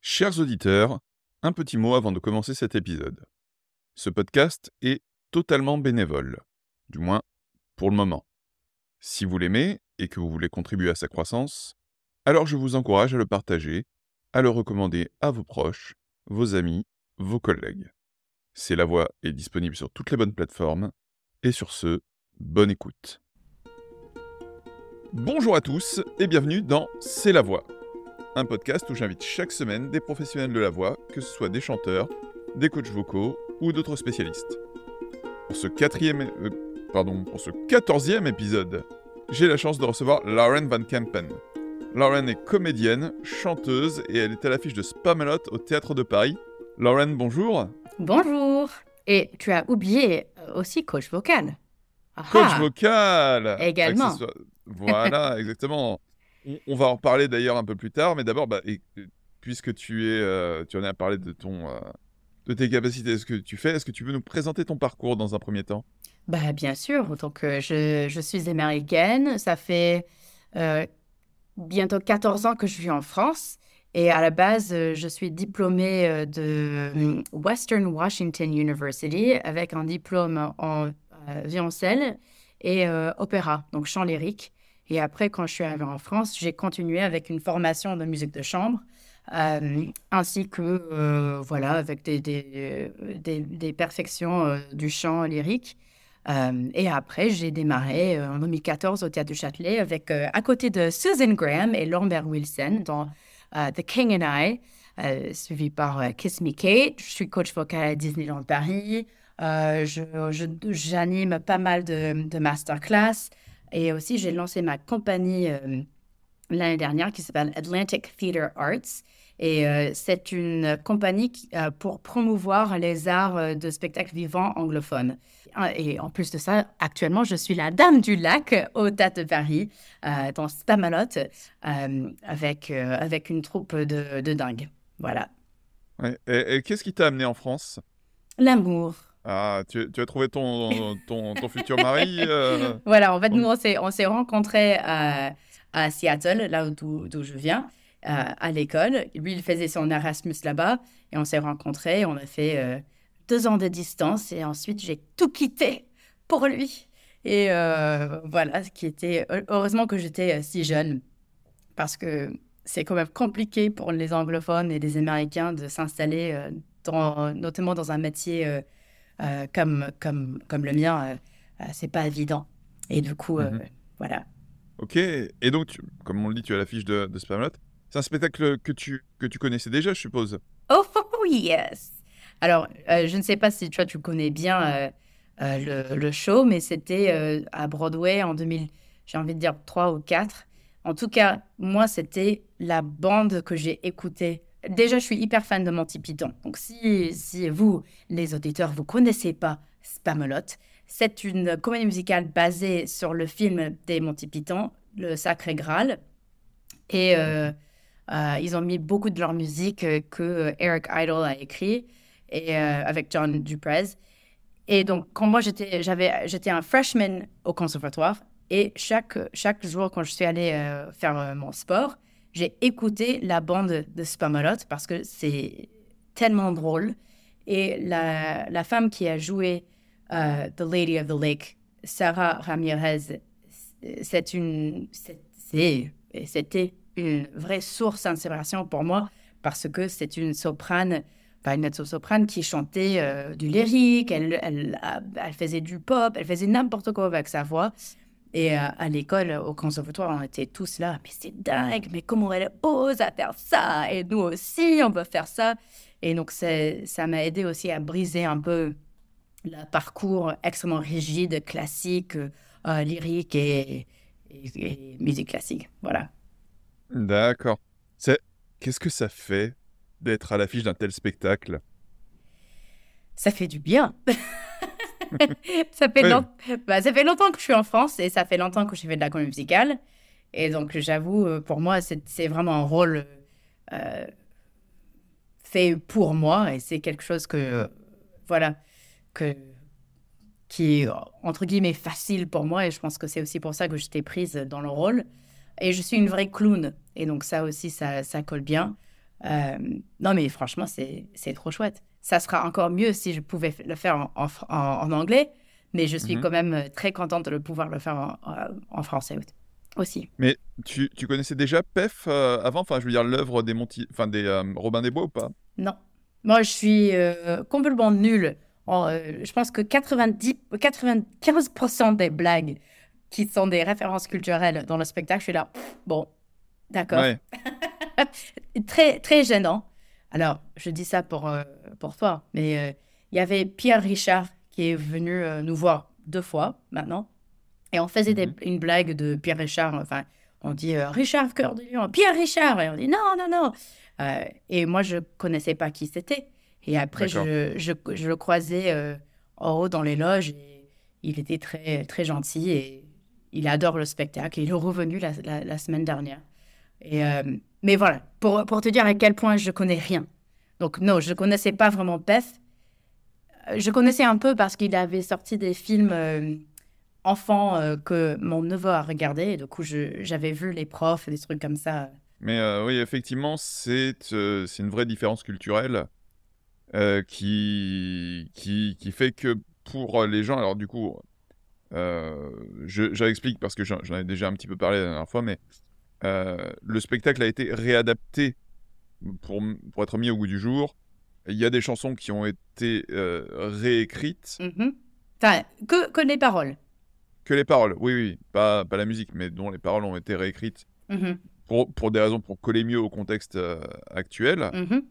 Chers auditeurs, un petit mot avant de commencer cet épisode. Ce podcast est totalement bénévole, du moins pour le moment. Si vous l'aimez et que vous voulez contribuer à sa croissance, alors je vous encourage à le partager, à le recommander à vos proches, vos amis, vos collègues. C'est la Voix est disponible sur toutes les bonnes plateformes, et sur ce, bonne écoute. Bonjour à tous et bienvenue dans C'est la Voix, un podcast où j'invite chaque semaine des professionnels de la voix, que ce soit des chanteurs, des coachs vocaux ou d'autres spécialistes. Pour ce 14e épisode, j'ai la chance de recevoir Lauren Van Kempen. Lauren est comédienne, chanteuse et elle est à l'affiche de Spamalot au Théâtre de Paris. Lauren, bonjour. Bonjour. Et tu as oublié aussi coach vocal. Coach vocal. Également. Voilà, exactement. On va en reparler d'ailleurs un peu plus tard, mais d'abord, puisque tu en as parlé de tes capacités, ce que tu fais, est-ce que tu veux nous présenter ton parcours dans un premier temps ? Bien sûr. Donc, je suis américaine. Ça fait bientôt 14 ans que je vis en France. Et à la base, je suis diplômée de Western Washington University avec un diplôme en violoncelle et opéra, donc chant lyrique. Et après, quand je suis arrivée en France, j'ai continué avec une formation de musique de chambre, ainsi que, avec des perfections du chant lyrique. Et après, j'ai démarré en 2014 au Théâtre du Châtelet avec, à côté de Susan Graham et Lambert Wilson dans The King and I, suivi par Kiss Me Kate. Je suis coach vocal à Disneyland Paris. J'anime pas mal de masterclass. Et aussi, j'ai lancé ma compagnie l'année dernière qui s'appelle Atlantic Theatre Arts. Et c'est une compagnie pour promouvoir les arts de spectacle vivant anglophones. Et en plus de ça, actuellement, je suis la Dame du Lac au Théâtre de Paris, dans Spamalot, avec une troupe de dingue. Voilà. Ouais. Et qu'est-ce qui t'a amené en France ? L'amour. Ah, tu as trouvé ton futur mari Voilà, en fait, nous, on s'est rencontrés à Seattle, là d'où je viens, à l'école. Lui, il faisait son Erasmus là-bas et on s'est rencontrés. On a fait 2 ans de distance et ensuite, j'ai tout quitté pour lui. Et voilà, ce qui était... Heureusement que j'étais si jeune parce que c'est quand même compliqué pour les anglophones et les Américains de s'installer, notamment dans un métier comme le mien. C'est pas évident. Et du coup, voilà. Ok, et donc, comme on le dit, tu as l'affiche de Spamalot. C'est un spectacle que tu connaissais déjà, je suppose. Oh, yes! Alors, je ne sais pas si tu connais bien le show, mais c'était à Broadway en 2000, j'ai envie de dire 3 ou 4. En tout cas, moi, c'était la bande que j'ai écoutée. Déjà, je suis hyper fan de Monty Python. Donc, si vous, les auditeurs, vous connaissez pas Spamalot, c'est une comédie musicale basée sur le film des Monty Python, Le Sacré Graal. Et ils ont mis beaucoup de leur musique que Eric Idle a écrit et avec John Duprez. Et donc, quand moi, j'étais un freshman au conservatoire et chaque jour, quand je suis allée faire mon sport, j'ai écouté la bande de Spamalot parce que c'est tellement drôle. Et la femme qui a joué The Lady of the Lake, Sarah Ramirez, c'était une vraie source d'inspiration pour moi parce que c'est une soprane, pas une mezzo-soprane qui chantait du lyrique, elle faisait du pop, elle faisait n'importe quoi avec sa voix. Et à l'école, au conservatoire, on était tous là, mais c'est dingue, mais comment elle ose à faire ça? Et nous aussi, on peut faire ça. Et donc, ça m'a aidé aussi à briser un peu le parcours extrêmement rigide, classique, lyrique et musique classique. Voilà. D'accord. Qu'est-ce que ça fait d'être à l'affiche d'un tel spectacle ? Ça fait du bien. Ça fait longtemps que je suis en France et ça fait longtemps que je fais de la comédie musicale. Et donc, j'avoue, pour moi, c'est vraiment un rôle fait pour moi et c'est quelque chose qui est, entre guillemets, facile pour moi. Et je pense que c'est aussi pour ça que j'étais prise dans le rôle. Et je suis une vraie clown. Et donc, ça aussi, ça colle bien. Euh, non, mais franchement, c'est trop chouette. Ça sera encore mieux si je pouvais le faire en anglais, mais je suis Mhm. quand même très contente de pouvoir le faire en français aussi. Mais tu connaissais déjà PEF avant? Enfin, je veux dire, l'œuvre des Robin des Bois ou pas? Non. Moi, je suis complètement nulle. Je pense que 95% des blagues qui sont des références culturelles dans le spectacle, je suis là, pff, bon, d'accord. Ouais. Très, très gênant. Alors, je dis ça pour toi, mais il y avait Pierre Richard qui est venu nous voir 2 fois maintenant. Et on faisait Mhm. une blague de Pierre Richard. Enfin, on dit Richard Cœur de Lion, Pierre Richard. Et on dit non, non, non. Et moi, je connaissais pas qui c'était. Et après, D'accord. je le croisais en haut dans les loges. Et il était très, très gentil et il adore le spectacle. Il est revenu la semaine dernière. Et, mais voilà, pour te dire à quel point je connais rien. Donc, non, je connaissais pas vraiment Pef. Je connaissais un peu parce qu'il avait sorti des films enfants que mon neveu a regardé. Et du coup, j'avais vu les profs et des trucs comme ça. Mais oui, effectivement, c'est une vraie différence culturelle qui fait que pour les gens, alors du coup, j'explique parce que j'en ai déjà un petit peu parlé la dernière fois, mais le spectacle a été réadapté pour être mis au goût du jour. Il y a des chansons qui ont été réécrites, Mhm. Enfin, que les paroles. que les paroles, oui, oui, pas la musique, mais dont les paroles ont été réécrites Mhm. pour des raisons pour coller mieux au contexte actuel. Mhm.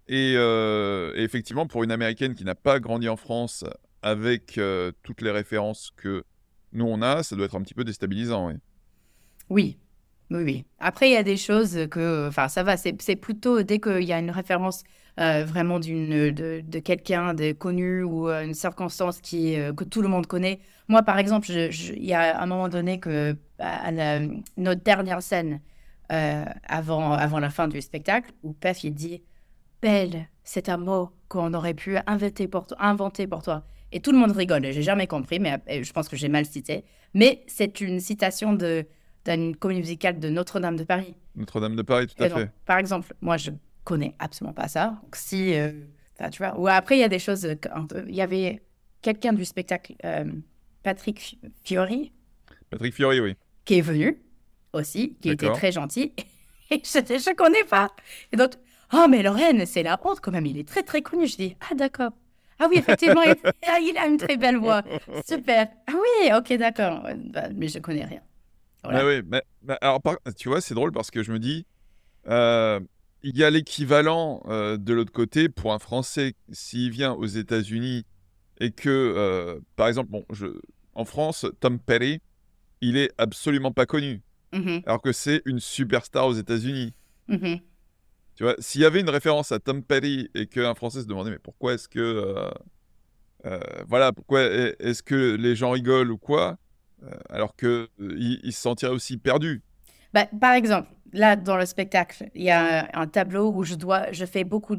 Et effectivement, pour une Américaine qui n'a pas grandi en France avec toutes les références que nous on a, ça doit être un petit peu déstabilisant, oui. Oui, oui, oui. Après, il y a des choses que, enfin, ça va. C'est plutôt dès qu'il y a une référence vraiment de quelqu'un de connu ou une circonstance que tout le monde connaît. Moi, par exemple, il y a un moment donné que notre dernière scène avant la fin du spectacle, où Pef il dit belle, c'est un mot qu'on aurait pu inventer pour toi. Et tout le monde rigole. J'ai jamais compris, mais je pense que j'ai mal cité. Mais c'est une citation d'une comédie musicale de Notre-Dame de Paris. Notre-Dame de Paris, tout à Et donc, fait. par exemple, moi, je connais absolument pas ça. Donc, si, enfin, tu vois, ou après, il y a des choses. Il y avait quelqu'un du spectacle, Patrick Fiori, Patrick Fiori, oui. qui est venu aussi, qui était D'accord. très gentil. Et je connais pas. Et donc, oh, mais Lorraine, c'est la honte quand même. Il est très, très connu. Je dis, ah, d'accord. Ah oui, effectivement, il a une très belle voix. Super. Ah oui, ok, d'accord. Ouais, bah, mais je connais rien. Mais Voilà. oui, mais alors, tu vois, c'est drôle parce que je me dis, euh, il y a l'équivalent de l'autre côté pour un Français s'il vient aux États-Unis et que, par exemple, en France, Tom Petty, il est absolument pas connu, Mhm, alors que c'est une superstar aux États-Unis. mhm. Tu vois, s'il y avait une référence à Tom Petty et qu'un Français se demandait, mais pourquoi est-ce que, voilà, pourquoi est-ce que les gens rigolent ou quoi, alors que il se sentirait aussi perdu. Bah, par exemple, là, dans le spectacle, il y a un tableau où je fais beaucoup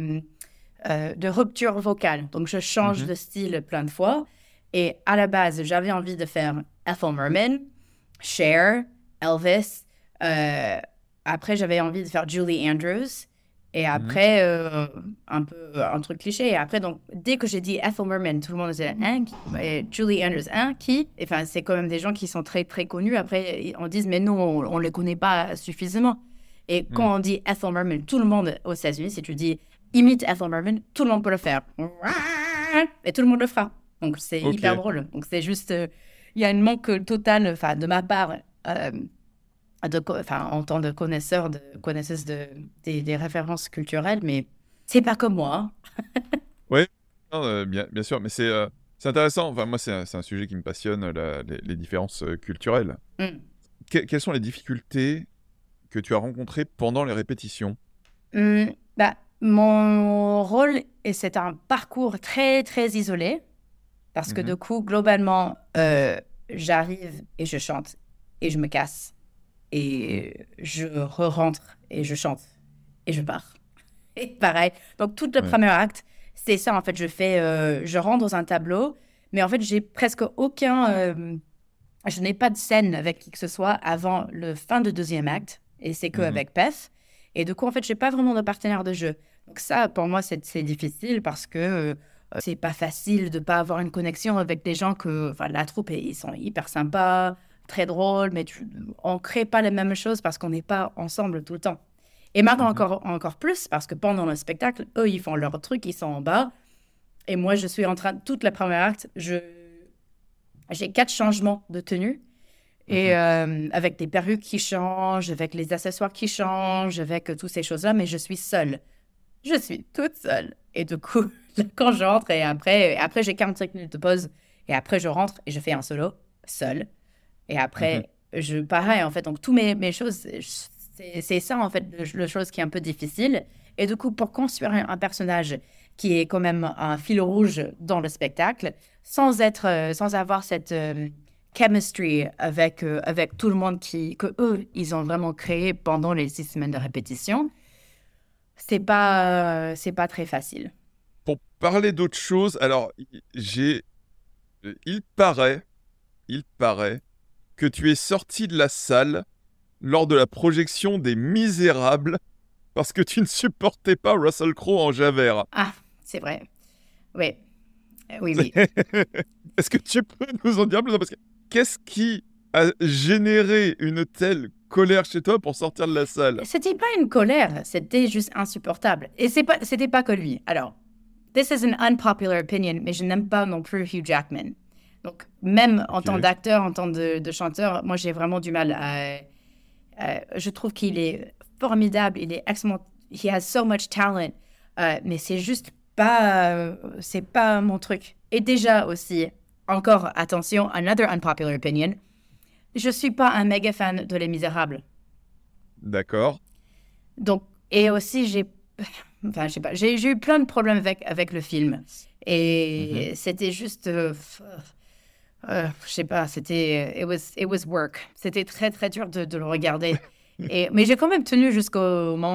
de ruptures vocales. Donc, je change Mhm, de style plein de fois. Et à la base, j'avais envie de faire Ethel Merman, Cher, Elvis. Euh, après, j'avais envie de faire Julie Andrews. Et mhm. après, un peu un truc cliché. Et après, donc, dès que j'ai dit Ethel Merman, tout le monde disait, hein, et Julie Andrews, hein, qui? Enfin, c'est quand même des gens qui sont très, très connus. Après, on dit, mais nous, on ne les connaît pas suffisamment. Et Mm. quand on dit Ethel Merman, tout le monde aux États-Unis, si tu dis imite Ethel Merman, tout le monde peut le faire. Et tout le monde le fera. Donc, c'est hyper Ok. drôle. Donc, c'est juste, il y a une manque totale, enfin, de ma part, enfin, en tant que connaisseuse des références culturelles, mais c'est pas comme moi. Ouais, non, bien sûr, mais c'est intéressant. Enfin, moi, c'est un sujet qui me passionne, les différences culturelles. Hein. Quelles sont les difficultés que tu as rencontrées pendant les répétitions? Bah, mon rôle, et c'est un parcours très, très isolé, parce que Mhm, du coup, globalement, j'arrive et je chante et je me casse et je re-rentre et je chante et je pars. Et pareil. Donc, tout le ouais. premier acte, c'est ça, en fait. Je rentre dans un tableau, mais en fait, j'ai presque je n'ai pas de scène avec qui que ce soit avant le fin de deuxième acte, et c'est que Mhm, avec Pef. Et du coup, en fait, j'ai pas vraiment de partenaire de jeu. Donc ça, pour moi, c'est difficile parce que c'est pas facile de pas avoir une connexion avec des gens que, enfin, la troupe, ils sont hyper sympas, très drôles, mais on crée pas les mêmes choses parce qu'on n'est pas ensemble tout le temps. Et maintenant, Mhm. encore plus, parce que pendant le spectacle, eux, ils font leur truc, ils sont en bas. Et moi, je suis en train, toute la première acte, j'ai 4 changements de tenue. Et Mhm. avec des perruques qui changent, avec les accessoires qui changent, avec toutes ces choses-là, mais je suis seule. Je suis toute seule. Et du coup, quand je rentre, et après j'ai 45 minutes de pause, et après je rentre et je fais un solo, seule. Et Mhm. après, pareil, en fait, donc tous mes choses, c'est ça, en fait, le chose qui est un peu difficile. Et du coup, pour construire un personnage qui est quand même un fil rouge dans le spectacle, sans avoir cette chemistry avec tout le monde que eux, ils ont vraiment créé pendant les 6 semaines de répétition, c'est pas très facile. Pour parler d'autre chose, alors, il paraît que tu es sorti de la salle lors de la projection des Misérables parce que tu ne supportais pas Russell Crowe en Javert. Ah, c'est vrai. Oui, oui, oui. Est-ce que tu peux nous en dire plus? Parce que qu'est-ce qui a généré une telle colère chez toi pour sortir de la salle? C'était pas une colère, c'était juste insupportable. Et c'était pas que lui. Alors, this is an unpopular opinion, mais je n'aime pas non plus Hugh Jackman. Donc, même en tant Ok. d'acteur, en tant de chanteur, moi j'ai vraiment du mal je trouve qu'il est formidable, il est excellent, he has so much talent, mais c'est pas mon truc. Et déjà aussi, encore attention, another unpopular opinion, je suis pas un méga fan de Les Misérables. D'accord. Donc, et aussi, enfin, je sais pas, j'ai eu plein de problèmes avec le film. Mhm. Et c'était juste, je sais pas, it was work. C'était très, très dur de le regarder. Mais j'ai quand même tenu jusqu'au moment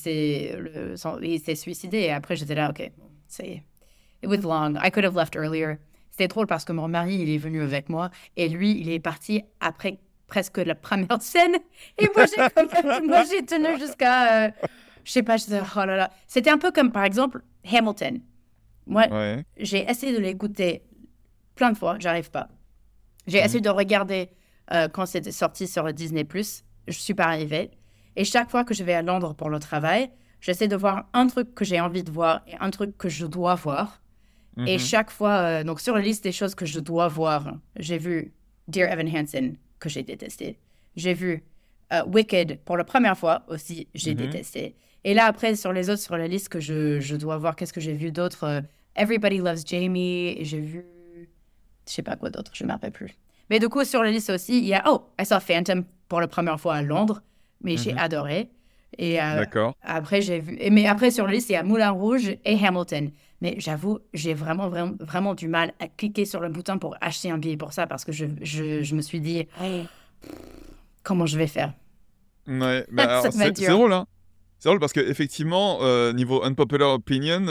il s'est suicidé. Et après, j'étais là, ok, bon, it was long. I could have left earlier. C'était drôle parce que mon mari, il est venu avec moi et lui, il est parti après presque la première scène. Et moi, j'ai tenu jusqu'à, je sais pas, oh là là. C'était un peu comme, par exemple, Hamilton. Moi, Ouais. j'ai essayé de l'écouter plein de fois, j'arrive pas. J'ai Mhm. essayé de regarder quand c'était sorti sur Disney+, je suis pas arrivée. Et chaque fois que je vais à Londres pour le travail, j'essaie de voir un truc que j'ai envie de voir et un truc que je dois voir. Et Mhm. chaque fois, donc sur la liste des choses que je dois voir, j'ai vu Dear Evan Hansen, que j'ai détesté. J'ai vu Wicked pour la première fois aussi, j'ai Mhm. détesté. Et là, après, sur les autres, sur la liste que je dois voir, qu'est-ce que j'ai vu d'autre Everybody Loves Jamie, et j'ai vu je sais pas quoi d'autre, je ne me rappelle plus. Mais du coup, sur la liste aussi, il y a I saw Phantom pour la première fois à Londres, mais j'ai Mhm. adoré. Et D'accord. après, mais après, sur la liste, il y a Moulin Rouge et Hamilton. Mais j'avoue, j'ai vraiment, vraiment, vraiment du mal à cliquer sur le bouton pour acheter un billet pour ça parce que je me suis dit, comment je vais faire? Ouais, mais Ça alors va être c'est dur. drôle, hein. C'est drôle parce que effectivement, niveau unpopular opinion,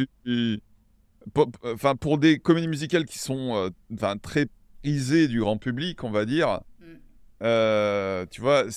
enfin pour des comédies musicales qui sont enfin très prisées du grand public, on va dire, Mm. tu vois,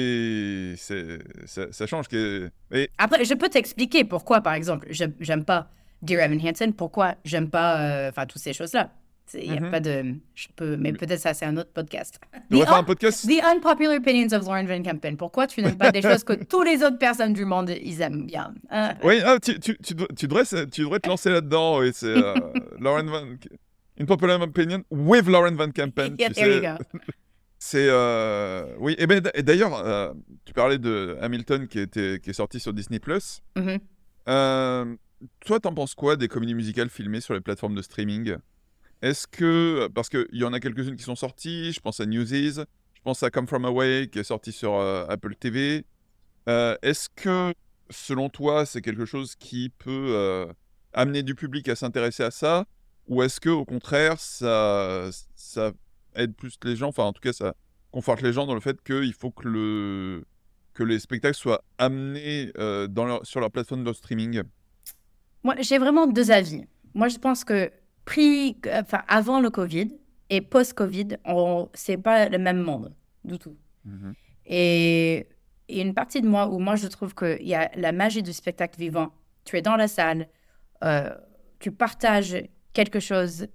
ça change. Mais Après, je peux t'expliquer pourquoi, par exemple, j'aime pas Dear Evan Hansen, pourquoi j'aime pas, enfin, toutes ces choses-là. Il y a Mhm. pas de, mais Mais peut-être ça, c'est un autre podcast. tu devrais faire un podcast. The Unpopular Opinions of Lauren Van Kempen. Pourquoi tu n'aimes pas des choses que toutes les autres personnes du monde, ils aiment bien? Hein? Oui, ah, tu devrais te lancer là-dedans. Oui, c'est Lauren Van, une popular opinion with Lauren Van Kempen, Yeah, tu there you sais. go. C'est oui, et d'ailleurs, tu parlais de Hamilton qui est sorti sur Disney+. Mhm. Euh, Toi, t'en penses quoi des comédies musicales filmées sur les plateformes de streaming? Est-ce que, parce qu'il y en a quelques-unes qui sont sorties, je pense à Newsies, je pense à Come From Away qui est sorti sur Apple TV. Est-ce que, selon toi, c'est quelque chose qui peut amener du public à s'intéresser à ça, ou est-ce que, au contraire, ça aide plus les gens, enfin, en tout cas, ça conforte les gens dans le fait qu'il faut que les spectacles soient amenés sur leur plateforme de streaming? Moi, j'ai vraiment deux avis. Moi, je pense que enfin, avant le Covid et post-Covid, c'est pas le même monde du tout. Mhm. Et il y a une partie de moi où moi, je trouve qu'il y a la magie du spectacle vivant. Tu es dans la salle, euh, tu partages quelque chose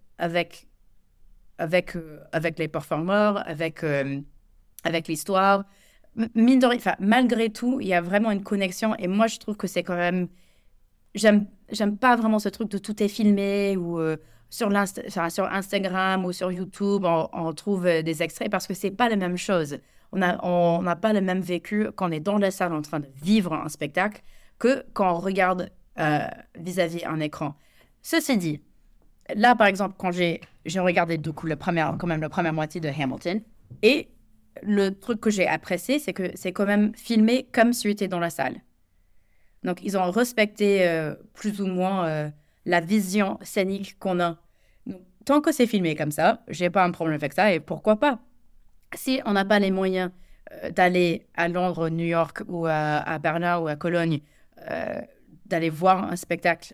avec les performeurs, avec l'histoire. Mine de rien, enfin, malgré tout, il y a vraiment une connexion. Et moi, je trouve que c'est quand même... J'aime pas vraiment ce truc de tout est filmé ou sur Instagram ou sur YouTube, on trouve des extraits parce que c'est pas la même chose. On n'a pas le même vécu quand on est dans la salle en train de vivre un spectacle que quand on regarde vis-à-vis un écran. Ceci dit, là, par exemple, quand j'ai regardé du coup quand même la première moitié de Hamilton, et le truc que j'ai apprécié, c'est que c'est quand même filmé comme si tu étais dans la salle. Donc, ils ont respecté plus ou moins la vision scénique qu'on a. Donc, tant que c'est filmé comme ça, j'ai pas un problème avec ça, et pourquoi pas? Si on n'a pas les moyens d'aller à Londres, New York ou à Berlin ou à Cologne, euh, d'aller voir un spectacle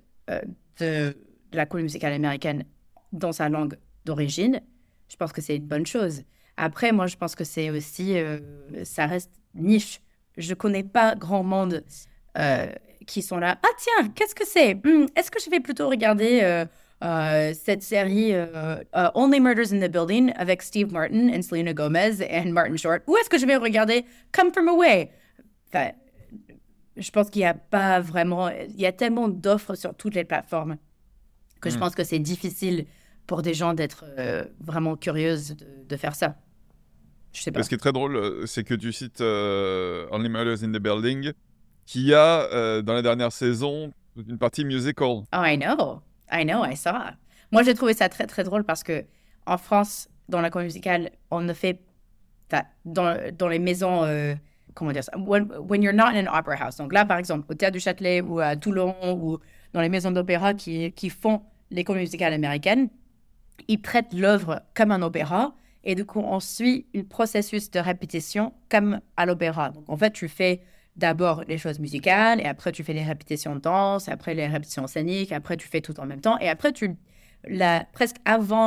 de la comédie musicale américaine dans sa langue d'origine, je pense que c'est une bonne chose. Après, moi, je pense que c'est aussi, ça reste niche. Je connais pas grand monde euh, qui sont là. Ah tiens, qu'est-ce que c'est? Est-ce que je vais plutôt regarder cette série Only Murders in the Building avec Steve Martin et Selena Gomez et Martin Short? Ou est-ce que je vais regarder Come From Away? Enfin, je pense qu'il n'y a pas vraiment... Il y a tellement d'offres sur toutes les plateformes que je Hmm. pense que c'est difficile pour des gens d'être vraiment curieuses de faire ça. Je sais Mais pas. ce qui est très drôle, c'est que tu cites Only Murders in the Building, qui a, dans la dernière saison, une partie musical. Oh, I know. I know, I saw. Moi, j'ai trouvé ça très, très drôle parce que en France, dans la comédie musicale, on ne fait... Enfin, dans les maisons... comment dire ça? When you're not in an opera house. Donc là, par exemple, au Théâtre du Châtelet ou à Toulon ou dans les maisons d'opéra qui font les comédies musicales américaines, ils traitent l'œuvre comme un opéra et du coup, on suit un processus de répétition comme à l'opéra. Donc, en fait, tu fais d'abord les choses musicales et après, tu fais les répétitions de danse, après les répétitions scéniques, après, tu fais tout en même temps et après, presque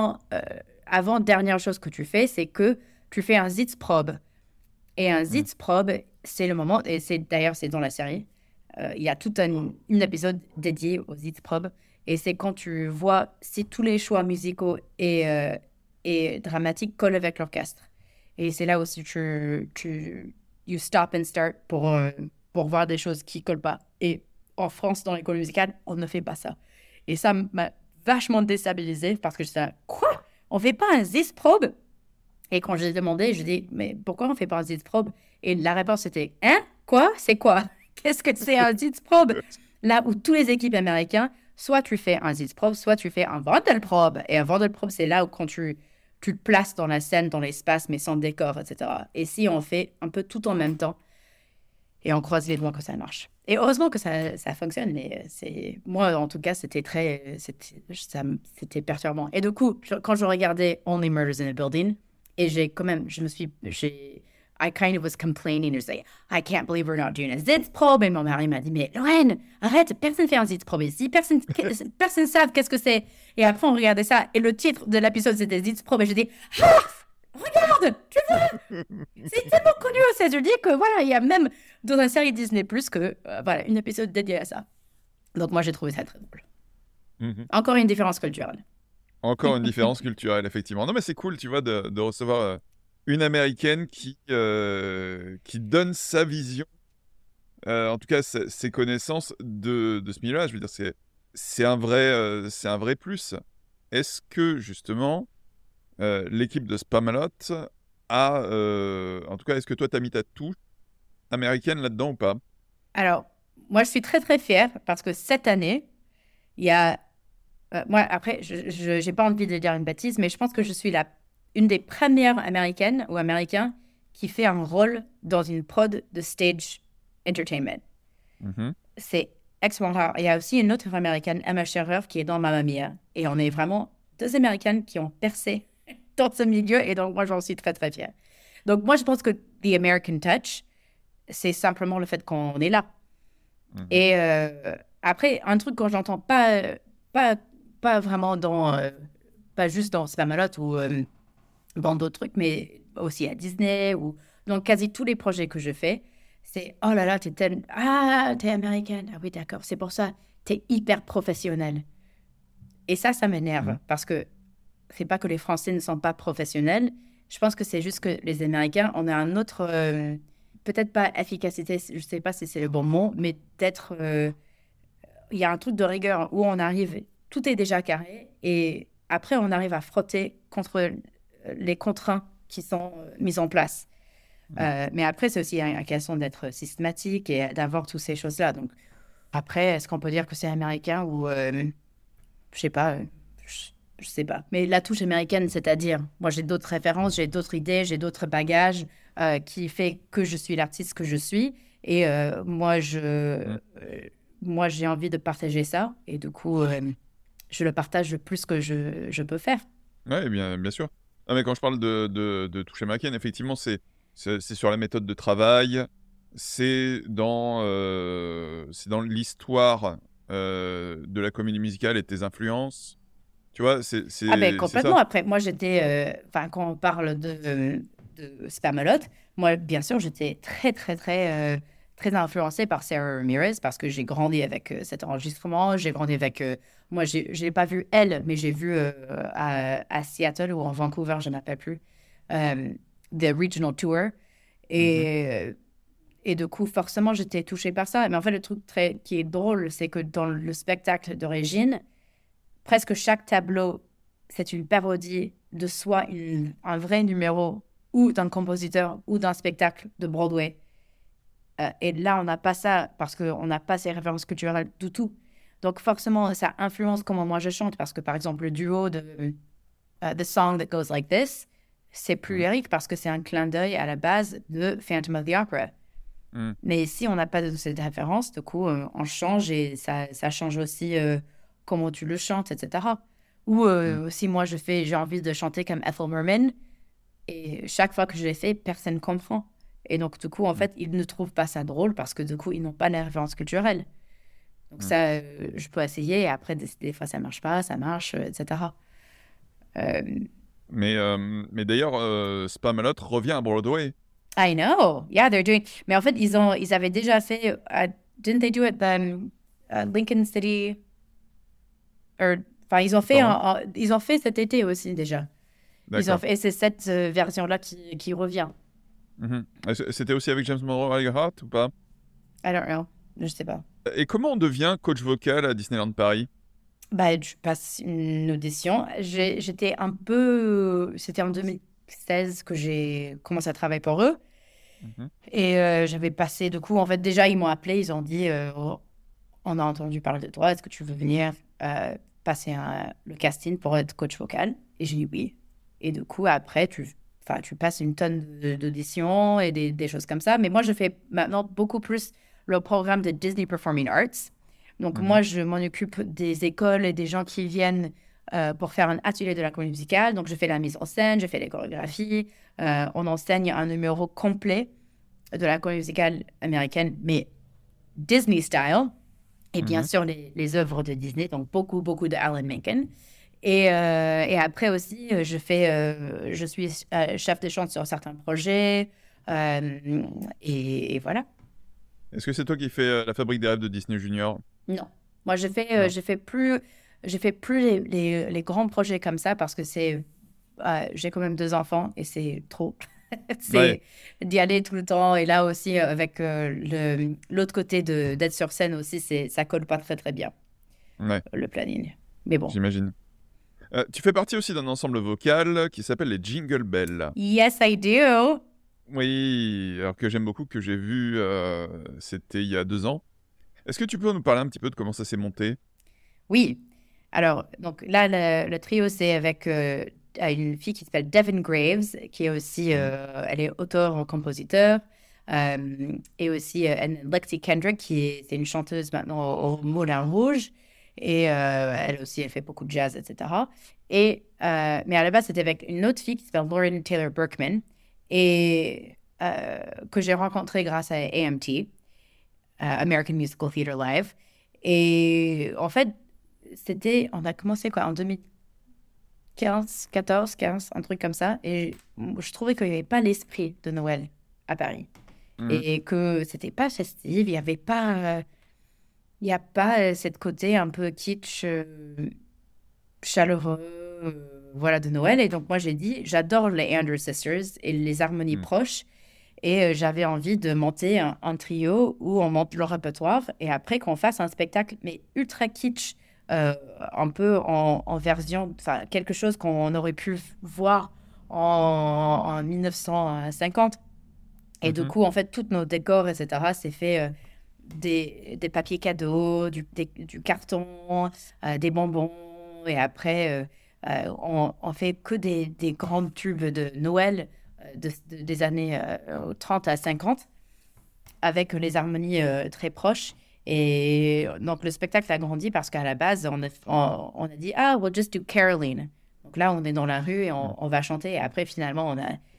avant dernière chose que tu fais, c'est que tu fais un Sitzprobe. Et un Hmm. Sitzprobe, c'est le moment, et d'ailleurs, c'est dans la série, il y a tout un épisode dédié aux Sitzprobe. Et c'est quand tu vois si tous les choix musicaux et dramatiques collent avec l'orchestre. Et c'est là aussi you stop and start pour voir des choses qui collent pas. Et en France, dans l'école musicale, on ne fait pas ça. Et ça m'a vachement déstabilisée parce que je disais, quoi? On fait pas un Sitzprobe? Et quand j'ai demandé, je dis, mais pourquoi on fait pas un Sitzprobe? Et la réponse était, hein? Quoi? C'est quoi? Qu'est-ce que c'est un Sitzprobe? Là où tous les équipes américaines, soit tu fais un Sitzprobe, soit tu fais un Wandelprobe. Et un Wandelprobe, c'est là où quand tu te places dans la scène, dans l'espace, mais sans décor, etc. Et si on fait un peu tout en même temps, et on croise les doigts que ça marche. Et heureusement que ça fonctionne, mais moi, en tout cas, c'était perturbant. Et du coup, quand je regardais Only Murders in a Building, et I kind of was complaining, je disais, I can't believe we're not doing a Sitzprobe. Et mon mari m'a dit, mais Lorraine, arrête, personne fait un Sitzprobe ici, personne ne savent qu'est-ce que c'est. Et après, on regardait ça, et le titre de l'épisode, c'était Sitzprobe, et je dis, ah, regarde, tu vois, c'est tellement connu aux États-Unis que voilà, il y a même dans la série Disney Plus que voilà, un épisode dédié à ça. Donc moi j'ai trouvé ça très drôle. Mhm. Encore une différence culturelle. Encore une différence culturelle, effectivement. Non, mais c'est cool, tu vois, de recevoir une Américaine qui donne sa vision, en tout cas ses connaissances de ce milieu-là. Je veux dire, c'est un vrai plus. Est-ce que, justement, l'équipe de Spamalot a... en tout cas, est-ce que toi, tu as mis ta touche américaine là-dedans ou pas? Alors moi je suis très très fière parce que cette année il y a moi après je j'ai pas envie de dire une bêtise mais je pense que je suis une des premières américaines ou américains qui fait un rôle dans une prod de stage entertainment. Mhm. C'est extrêmement rare. Il y a aussi une autre américaine, Emma Scherrer, qui est dans Mamma Mia. Et on est vraiment deux américaines qui ont percé dans ce milieu. Et donc, moi, j'en suis très, très fière. Donc, moi, je pense que The American Touch, c'est simplement le fait qu'on est là. Mhm. Et après, un truc quand j'entends pas, pas vraiment pas juste dans Spamalot ou dans d'autres trucs, mais aussi à Disney ou dans quasi tous les projets que je fais, C'est oh là là, t'es américaine. Ah oui, d'accord, c'est pour ça. T'es hyper professionnelle. Et ça m'énerve Mhm. parce que c'est pas que les Français ne sont pas professionnels. Je pense que c'est juste que les Américains, on a un autre, peut-être pas efficacité, je sais pas si c'est le bon mot, mais peut-être il y a un truc de rigueur où on arrive, tout est déjà carré et après on arrive à frotter contre les contraintes qui sont mises en place. Mhm. Mais après, c'est aussi une question d'être systématique et d'avoir toutes ces choses-là. Donc, après, est-ce qu'on peut dire que c'est américain ou je sais pas, je sais pas. Mais la touche américaine, c'est-à-dire, moi j'ai d'autres références, j'ai d'autres idées, j'ai d'autres bagages qui fait que je suis l'artiste que je suis. Et Mhm. moi j'ai envie de partager ça. Et du coup, je le partage le plus que je peux faire. Ouais, bien sûr. Ah, mais quand je parle de toucher américaine, effectivement, c'est sur la méthode de travail, c'est dans l'histoire de la comédie musicale et de tes influences. Tu vois, Ah ben c'est ça. complètement. Après, moi j'étais, enfin quand on parle de Spamalot, moi bien sûr j'étais très influencée par Sarah Ramirez parce que j'ai grandi avec cet enregistrement, j'ai grandi avec, moi j'ai pas vu elle, mais j'ai vu à Seattle ou en Vancouver, je ne m'appelle plus, euh, The Regional Tour. Mhm. Et, et du coup, forcément, j'étais touchée par ça. Mais en fait, le truc qui est drôle, c'est que dans le spectacle d'origine, presque chaque tableau, c'est une parodie de soit un vrai numéro ou d'un compositeur ou d'un spectacle de Broadway. Et là, on n'a pas ça parce qu'on n'a pas ces références culturelles du tout. Donc forcément, ça influence comment moi je chante parce que par exemple, le duo de The Song That Goes Like This, c'est plus Mhm. lyrique parce que c'est un clin d'œil à la base de Phantom of the Opera. Mhm. Mais si on n'a pas de cette référence, du coup, on change et ça change aussi comment tu le chantes, etc. Ou Mhm. si moi j'ai envie de chanter comme Ethel Merman et chaque fois que je l'ai fait, personne ne comprend. Et donc, du coup, en Mhm. fait, ils ne trouvent pas ça drôle parce que du coup, ils n'ont pas la référence culturelle. Donc Mhm. ça, je peux essayer et après, des fois, ça marche pas, ça marche, etc. Euh, Mais d'ailleurs, Spamalot revient à Broadway. I know, yeah, they're doing. Mais en fait, ils avaient déjà fait. Didn't they do it Lincoln City? Enfin, Pardon? ils ont fait cet été aussi déjà. Ils ont D'accord. fait, et c'est cette version-là qui revient. Mhm. C'était aussi avec James Monroe Hart ou pas? I don't know. Je sais pas. Et comment on devient coach vocal à Disneyland Paris? Bah, je passe une audition. J'étais un peu. C'était en 2016 que j'ai commencé à travailler pour eux. Mhm. Et j'avais passé, du coup, en fait, déjà, ils m'ont appelé. Ils ont dit oh, on a entendu parler de toi. Est-ce que tu veux venir passer le casting pour être coach vocal? Et j'ai dit oui. Et du coup, après, enfin, tu passes une tonne d'auditions et des choses comme ça. Mais moi, je fais maintenant beaucoup plus le programme de Disney Performing Arts. Donc, Mhm. moi, je m'en occupe des écoles et des gens qui viennent pour faire un atelier de la comédie musicale. Donc, je fais la mise en scène, je fais les chorégraphies. On enseigne un numéro complet de la comédie musicale américaine, mais Disney style. Et bien Mhm. sûr, les œuvres de Disney, donc beaucoup de Alan Menken. Et après aussi, je suis chef de chant sur certains projets. Et voilà. Est-ce que c'est toi qui fais la fabrique des rêves de Disney Junior? Non. Moi, Non. je fais plus les grands projets comme ça parce que j'ai quand même deux enfants et c'est trop. Ouais, C'est d'y aller tout le temps. Et là aussi, avec l'autre côté d'être sur scène aussi, ça colle pas très bien, ouais, le planning. Mais bon. j'imagine. Tu fais partie aussi d'un ensemble vocal qui s'appelle les Jingle Bells. Yes, I do. Oui, alors que j'aime beaucoup, que j'ai vu, c'était il y a 2 ans. Est-ce que tu peux nous parler un petit peu de comment ça s'est monté? Oui. Alors, donc là, le trio, c'est avec une fille qui s'appelle Devin Graves, qui est aussi, Mhm. elle est auteure-compositeur, et aussi Lexi Kendrick, c'est une chanteuse maintenant au Moulin Rouge, et elle aussi, elle fait beaucoup de jazz, etc. Mais à la base, c'était avec une autre fille qui s'appelle Lauren Taylor Berkman, et que j'ai rencontrée grâce à AMT, American Musical Theater Live. Et en fait, on a commencé quoi, en 2015, 14, 15, un truc comme ça. Et je trouvais qu'il n'y avait pas l'esprit de Noël à Paris. Mhm. et que c'était pas festif, il y avait pas, il y a pas cette côté un peu kitsch, chaleureux, voilà, de Noël. Et donc moi j'ai dit, j'adore les Andrews Sisters et les harmonies Mhm. proches. Et j'avais envie de monter un trio où on monte le répertoire et après qu'on fasse un spectacle, mais ultra kitsch, euh, un peu en version, enfin, quelque chose qu'on aurait pu voir en 1950. Et du Mhm. coup, en fait, tous nos décors, etc., c'est fait des papiers cadeaux, du carton, des bonbons. Et après, on fait que des grands tubes de Noël des années 30 à 50 avec les harmonies très proches. Et donc, le spectacle a grandi parce qu'à la base, on a dit, ah, we'll just do caroling. Donc là, on est dans la rue et Mhm. on va chanter. Et après, finalement,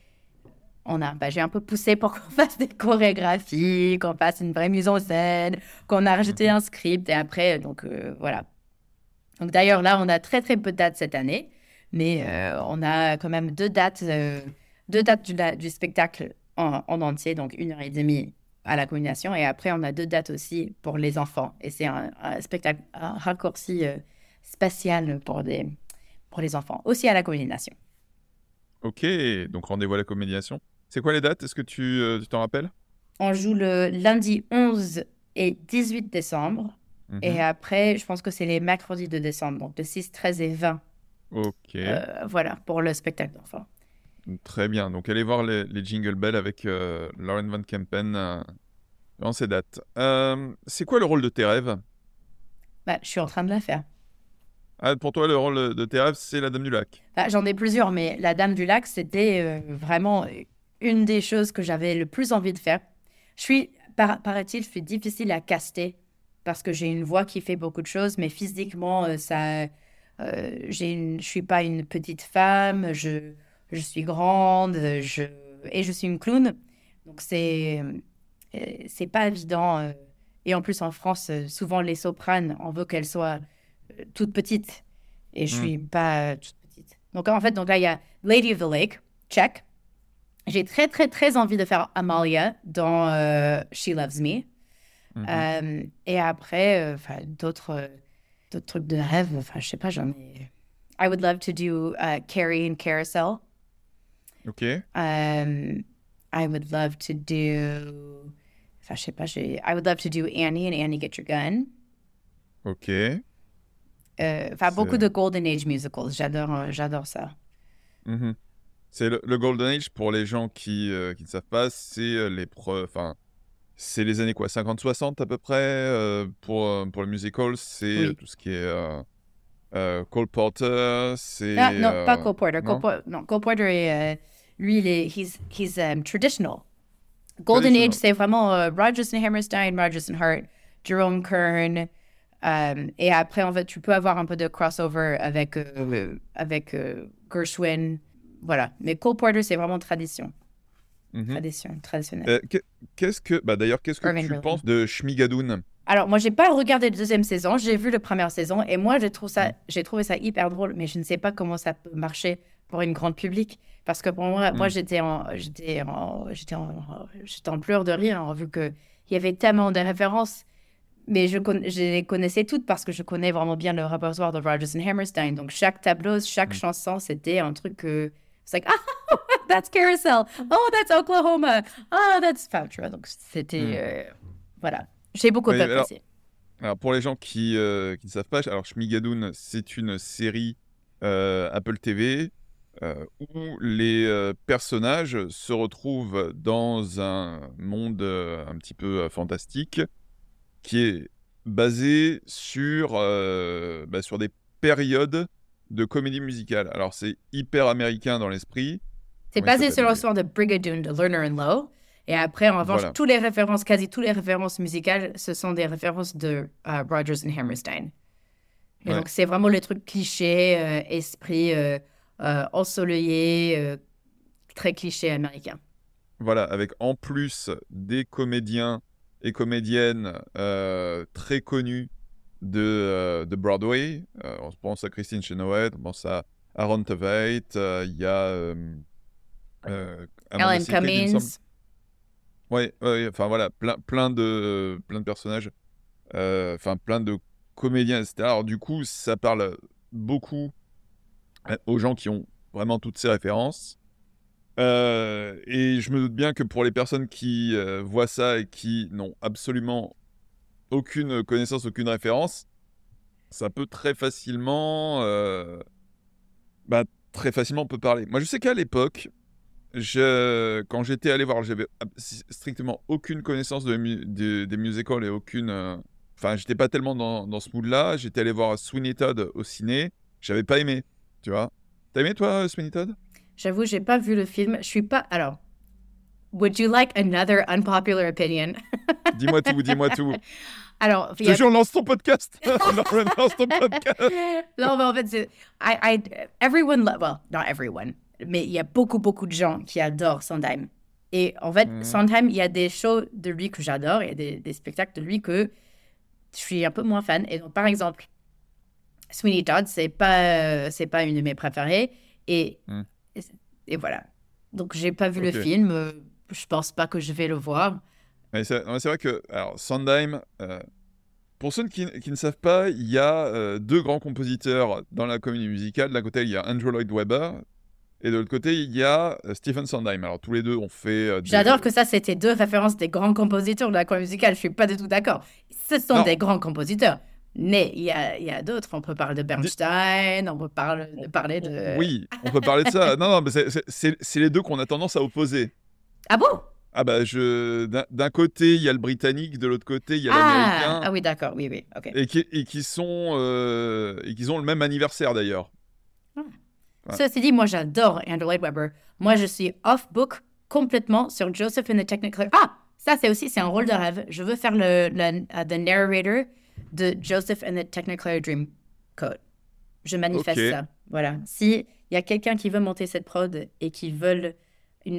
j'ai un peu poussé pour qu'on fasse des chorégraphies, qu'on fasse une vraie mise en scène, qu'on a rajouté Mhm. un script. Et après, donc voilà. Donc d'ailleurs, là, on a très, très peu de dates cette année. Mais on a quand même deux dates du spectacle en entier, donc 1 heure et demie à la culmination. Et après, on a deux dates aussi pour les enfants. Et c'est un spectacle, un raccourci spatial pour les enfants, aussi à la culmination. Ok, donc rendez-vous à la comédiation. C'est quoi les dates? Est-ce que tu t'en rappelles? On joue le lundi 11 et 18 décembre. Et Mhm. après, je pense que c'est les mercredis de décembre, donc le 6, 13 et 20. Ok, Voilà, pour le spectacle d'enfants. très bien. Donc allez voir les Jingle Bells avec Lauren Van Kempen dans ces dates. C'est quoi le rôle de tes rêves? Bah, je suis en train de la faire. Ah, pour toi, le rôle de tes rêves, c'est la Dame du Lac. Bah, j'en ai plusieurs, mais la Dame du Lac, c'était vraiment une des choses que j'avais le plus envie de faire. Paraît-il, je suis difficile à caster parce que j'ai une voix qui fait beaucoup de choses, mais physiquement, je suis pas une petite femme, je suis grande, et je suis une clown. Donc c'est pas évident. Et en plus, en France, souvent les sopranes, on veut qu'elles soient toutes petites. Et je Hmm. suis pas toute petite. Donc en fait, donc là, il y a Lady of the Lake, check. J'ai très, très, très envie de faire Amalia dans She Loves Me. Mhm. Et après, d'autres trucs de rêve, enfin, je sais pas, j'en ai. I would love to do Carrie and Carousel. Ok, Um, I would love to do. Enfin, je sais pas, I would love to do Annie and Annie Get Your Gun. ok. Enfin, beaucoup C'est de Golden Age musicals. J'adore ça. Mhm. C'est le Golden Age pour les gens qui ne savent pas, c'est enfin, c'est les années quoi, 50-60 à peu près pour le musical, c'est Oui. tout ce qui est Cole Porter, c'est Ah, non, pas Cole Porter. non? Non, Cole Porter lui, he's traditional. Golden Age, Traditional. c'est vraiment Rodgers and Hammerstein, Rodgers and Hart, Jerome Kern. Et après, en fait, tu peux avoir un peu de crossover avec Gershwin. Voilà. Mais Cole Porter, c'est vraiment Mhm. traditionnel. Euh, qu'e- d'ailleurs, qu'est-ce que Irving tu Berlin. penses de Schmigadoon? Alors, moi, j'ai pas regardé la deuxième saison, j'ai vu la première saison et moi, Mm. j'ai trouvé ça hyper drôle, mais je ne sais pas comment ça peut marcher pour une grande public. Parce que pour moi, Mm. j'étais en pleurs de rire, hein, vu que il y avait tellement de références, mais je les connaissais toutes parce que je connais vraiment bien le répertoire de Rodgers and Hammerstein. Donc, chaque tableau, chaque Mm. chanson, c'était un truc que, c'est like, ah, that's Carousel, oh, that's Oklahoma, oh, that's, enfin, tu vois, donc c'était, Mm. voilà. J'ai beaucoup Oui, apprécié. alors, pour les gens qui ne savent pas, alors Schmigadoon, c'est une série Apple TV où les personnages se retrouvent dans un monde un petit peu fantastique qui est basé sur des périodes de comédie musicale. Alors, c'est hyper américain dans l'esprit. C'est Comment il basé s'appelle sur lui? l'histoire de Brigadoon de Lerner and Lowe. Et après, en revanche, Voilà. quasi toutes les références musicales, ce sont des références de Rodgers and Hammerstein. Et Ouais. donc, c'est vraiment les trucs clichés, esprit ensoleillé, très cliché américain. Voilà, avec en plus des comédiens et comédiennes très connus de Broadway. On pense à Christine Chenoweth, on pense à Aaron Tveit, il y a Amanda Alan Seyfried, il me semble. Cummings. Ouais, ouais, enfin voilà, plein de personnages, enfin plein de comédiens, etc. Alors du coup, ça parle beaucoup aux gens qui ont vraiment toutes ces références. Et je me doute bien que pour les personnes qui voient ça et qui n'ont absolument aucune connaissance, aucune référence, ça peut très facilement, bah, très facilement on peut parler. Moi, je sais qu'à l'époque, quand j'étais allé voir, j'avais strictement aucune connaissance des musicals et aucune. Enfin, j'étais pas tellement dans ce mood-là. J'étais allé voir Sweeney Todd au ciné. J'avais pas aimé, tu vois. T'as aimé, toi, Sweeney Todd? J'avoue, j'ai pas vu le film. Je suis pas. Alors, would you like another unpopular opinion? Dis-moi tout, dis-moi tout. Alors, Je te jure, lance ton podcast. Lance ton podcast. Non, mais en fait, everyone, well, not everyone, mais il y a beaucoup de gens qui adorent Sondheim. Et en fait, Mhm. Sondheim, il y a des shows de lui que j'adore, il y a des spectacles de lui que je suis un peu moins fan. Et donc, par exemple, Sweeney Todd, c'est pas une de mes préférées. Et, Mhm. et voilà. Donc, j'ai pas vu le Ok. film. Je pense pas que je vais le voir. Mais c'est vrai que, alors, Sondheim, pour ceux qui ne savent pas, il y a deux grands compositeurs dans la comédie musicale. D'un côté, il y a Andrew Lloyd Webber, et de l'autre côté, il y a Stephen Sondheim. Alors, tous les deux ont fait J'adore que ça, c'était deux références des grands compositeurs de la comédie musicale. Je suis pas du tout d'accord. Ce sont des Non, grands compositeurs. Mais il y a d'autres. On peut parler de di- Bernstein, on peut parler de... oui, on peut parler de ça. Non, non, mais c'est les deux qu'on a tendance à opposer. Ah bon? Ah bah, d'un côté, il y a le britannique, de l'autre côté, il y a Ah, l'américain, ah oui, d'accord. Oui, oui. OK. et qui ont le même anniversaire, d'ailleurs. Ah. Ouais. Ceci dit, moi, j'adore Andrew Lloyd Webber. Moi, je suis off-book complètement sur Joseph and the Technicolor. Ah! Ça, c'est un rôle de rêve. Je veux faire the narrator de Joseph and the Technicolor Dreamcoat. Je manifeste Ok. ça. Voilà. Si il y a quelqu'un qui veut monter cette prod et qui veut une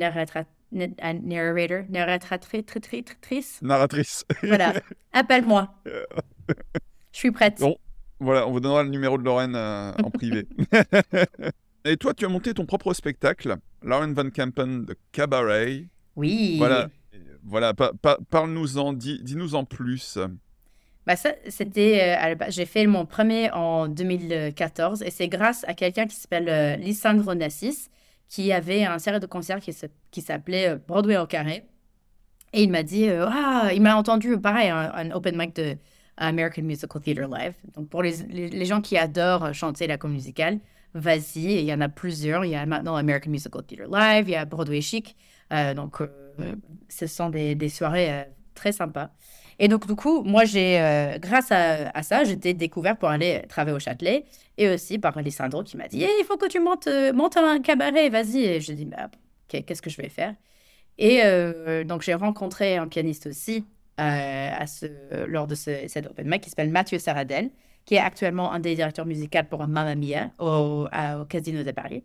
narratrice, Narratrice. voilà, appelle-moi. Je suis prête. Bon, voilà, on vous donnera le numéro de Lorraine en privé. Et toi, tu as monté ton propre spectacle, Lauren Van Kampen de Cabaret. Voilà, Oui. voilà. Parle-nous-en, dis-nous en plus. Bah ça, c'était j'ai fait mon premier en 2014 et c'est grâce à quelqu'un qui s'appelle Lisandro Nassis qui avait un série de concerts qui s'appelait Broadway au carré. Et il m'a dit, il m'a entendu, pareil, un open mic de American Musical Theater Live. Donc, pour les gens qui adorent chanter la comédie musicale, vas-y. Et il y en a plusieurs. Il y a maintenant American Musical Theater Live, il y a Broadway Chic. Donc, ce sont des soirées très sympas. Et donc, du coup, moi, grâce à ça, j'étais découvert pour aller travailler au Châtelet. Et aussi par Alessandro qui m'a dit, il faut que tu montes un cabaret, vas-y. Et je dis, bah, qu'est-ce que je vais faire? Et donc, j'ai rencontré un pianiste aussi lors de cet open mic qui s'appelle Mathieu Saradel, qui est actuellement un des directeurs musicaux pour Mamma Mia au Casino de Paris.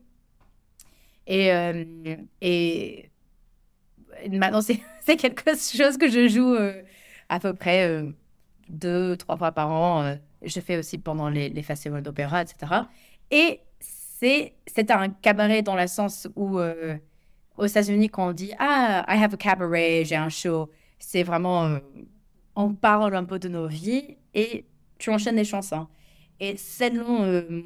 Et maintenant, c'est quelque chose que je joue à peu près 2, 3 fois par an. Je fais aussi pendant les festivals d'opéra, etc. Et c'est un cabaret dans le sens où aux États-Unis, quand on dit Ah, I have a cabaret, j'ai un show, c'est vraiment on parle un peu de nos vies et tu enchaînes les chansons. Et selon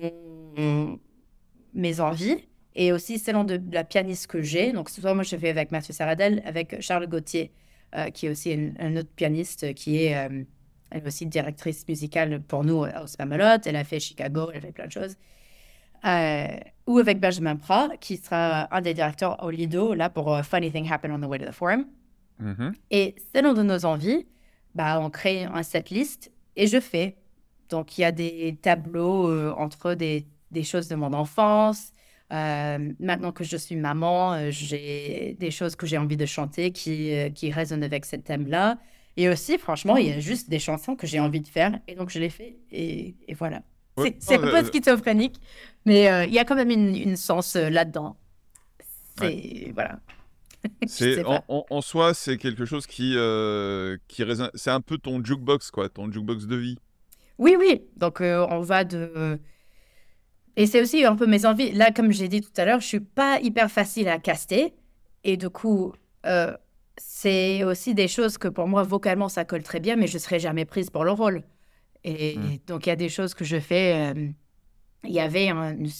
mes envies et aussi selon de la pianiste que j'ai, donc soit moi je fais avec Mathieu Saradel, avec Charles Gauthier, qui est aussi un autre pianiste qui est elle est aussi directrice musicale pour nous au Spamalot, elle a fait Chicago, elle a fait plein de choses. Euh, ou avec Benjamin Prat, qui sera un des directeurs au Lido, là, pour Funny Thing Happened on the Way to the Forum. Mhm. Et selon de nos envies, bah, on crée un setlist et je fais. Donc, il y a des tableaux entre des choses de mon enfance. Maintenant que je suis maman, j'ai des choses que j'ai envie de chanter qui résonnent avec ce thème-là. Et aussi, franchement, il y a juste des chansons que j'ai envie de faire. Et donc, je les fais. Et voilà. Ouais, C'est non, un peu schizophrénique, mais il y a quand même une sens là-dedans. ouais. Voilà. Je sais pas. En soi, c'est quelque chose qui résonne. C'est un peu ton jukebox, quoi, ton jukebox de vie. Oui, oui. Donc, on va de... Et c'est aussi un peu mes envies. Là, comme j'ai dit tout à l'heure, je suis pas hyper facile à caster. Et du coup, euh, c'est aussi des choses que pour moi, vocalement, ça colle très bien, mais je ne serais jamais prise pour le rôle. Mmh. Et donc, il y a des choses que je fais. Il y avait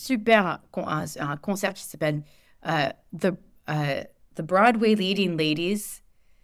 un concert qui s'appelle euh, The, The Broadway Leading Ladies.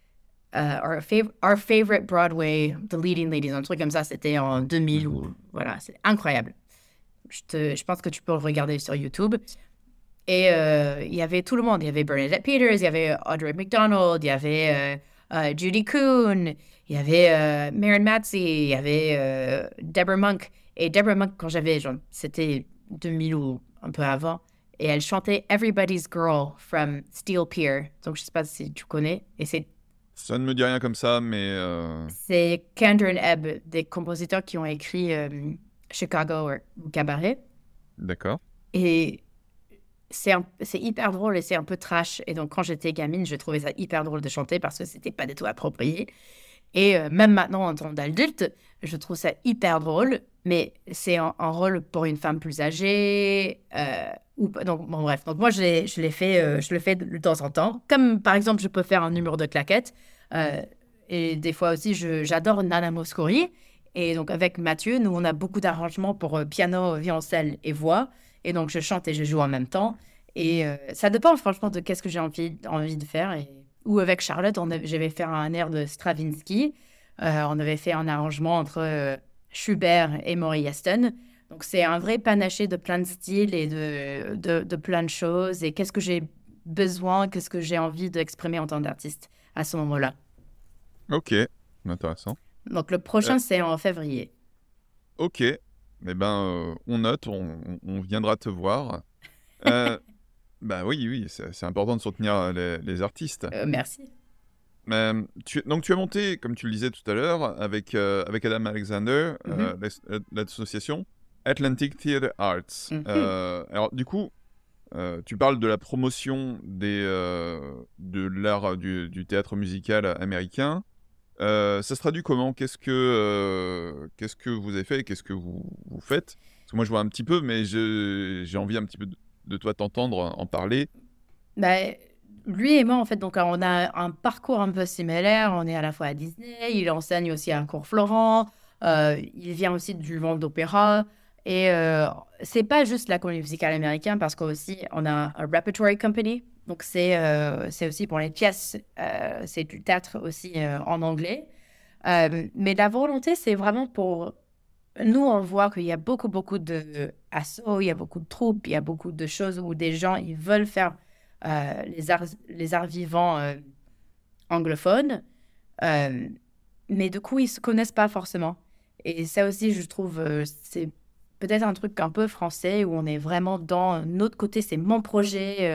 Our favorite Broadway, The Leading Ladies, un truc comme ça, c'était en 2000 Mmh. ou voilà, c'est incroyable. Je pense que tu peux le regarder sur YouTube. Et il y avait tout le monde. Il y avait Bernadette Peters, il y avait Audrey McDonald, il y avait Judy Kuhn, il y avait Maren Matsey, il y avait Deborah Monk. Et Deborah Monk, quand c'était 2000 ou un peu avant, et elle chantait Everybody's Girl from Steel Pier. Donc, je sais pas si tu connais. Et Ça ne me dit rien comme ça, mais c'est Kander and Ebb, des compositeurs qui ont écrit Chicago ou Cabaret. d'accord. Et c'est hyper drôle et c'est un peu trash. Et donc, quand j'étais gamine, je trouvais ça hyper drôle de chanter parce que c'était pas du tout approprié. Et même maintenant, en tant qu'adulte, je trouve ça hyper drôle. Mais c'est un rôle pour une femme plus âgée. Donc, bon, bref. Donc, moi, je le fais de temps en temps. Comme, par exemple, je peux faire un numéro de claquette. Euh, et des fois aussi, j'adore Nana Mouskouri. Et donc, avec Mathieu, nous, on a beaucoup d'arrangements pour piano, violoncelle et voix. Et donc, je chante et je joue en même temps. Et ça dépend, franchement, de qu'est-ce que j'ai envie de faire. Ou avec Charlotte, j'avais fait un air de Stravinsky. On avait fait un arrangement entre Schubert et Maury Aston. Donc, c'est un vrai panaché de plein de styles et de plein de choses. Et qu'est-ce que j'ai besoin, qu'est-ce que j'ai envie d'exprimer en tant qu'artiste à ce moment-là. Ok, intéressant. Donc, le Euh, prochain, c'est en février. ok, eh ben, on note, on viendra te voir. Euh, Bah oui, oui, c'est important de soutenir les artistes. Merci. Donc tu as monté, comme tu le disais tout à l'heure, avec Adam Alexander, Mhm. l'association Atlantic Theatre Arts. Mhm. Alors du coup, tu parles de la promotion de l'art du théâtre musical américain. Ça se traduit comment? Qu'est-ce que vous avez fait? Qu'est-ce que vous faites? Parce que moi je vois un petit peu, mais j'ai envie un petit peu de toi t'entendre en parler. Bah, lui et moi, en fait, donc, on a un parcours un peu similaire. On est à la fois à Disney, il enseigne aussi à un cours Florent, il vient aussi du monde d'opéra. Et c'est pas juste la comédie musicale américaine, parce qu'aussi, on a un repertory company. Donc, c'est aussi pour les pièces, c'est du théâtre aussi en anglais. Mais la volonté, c'est vraiment pour... Nous, on voit qu'il y a beaucoup, beaucoup de assos, il y a beaucoup de troupes, il y a beaucoup de choses où des gens, ils veulent faire les arts vivants anglophones, euh, mais du coup, ils se connaissent pas forcément. Et ça aussi, je trouve, c'est peut-être un truc un peu français où on est vraiment dans notre côté, c'est mon projet,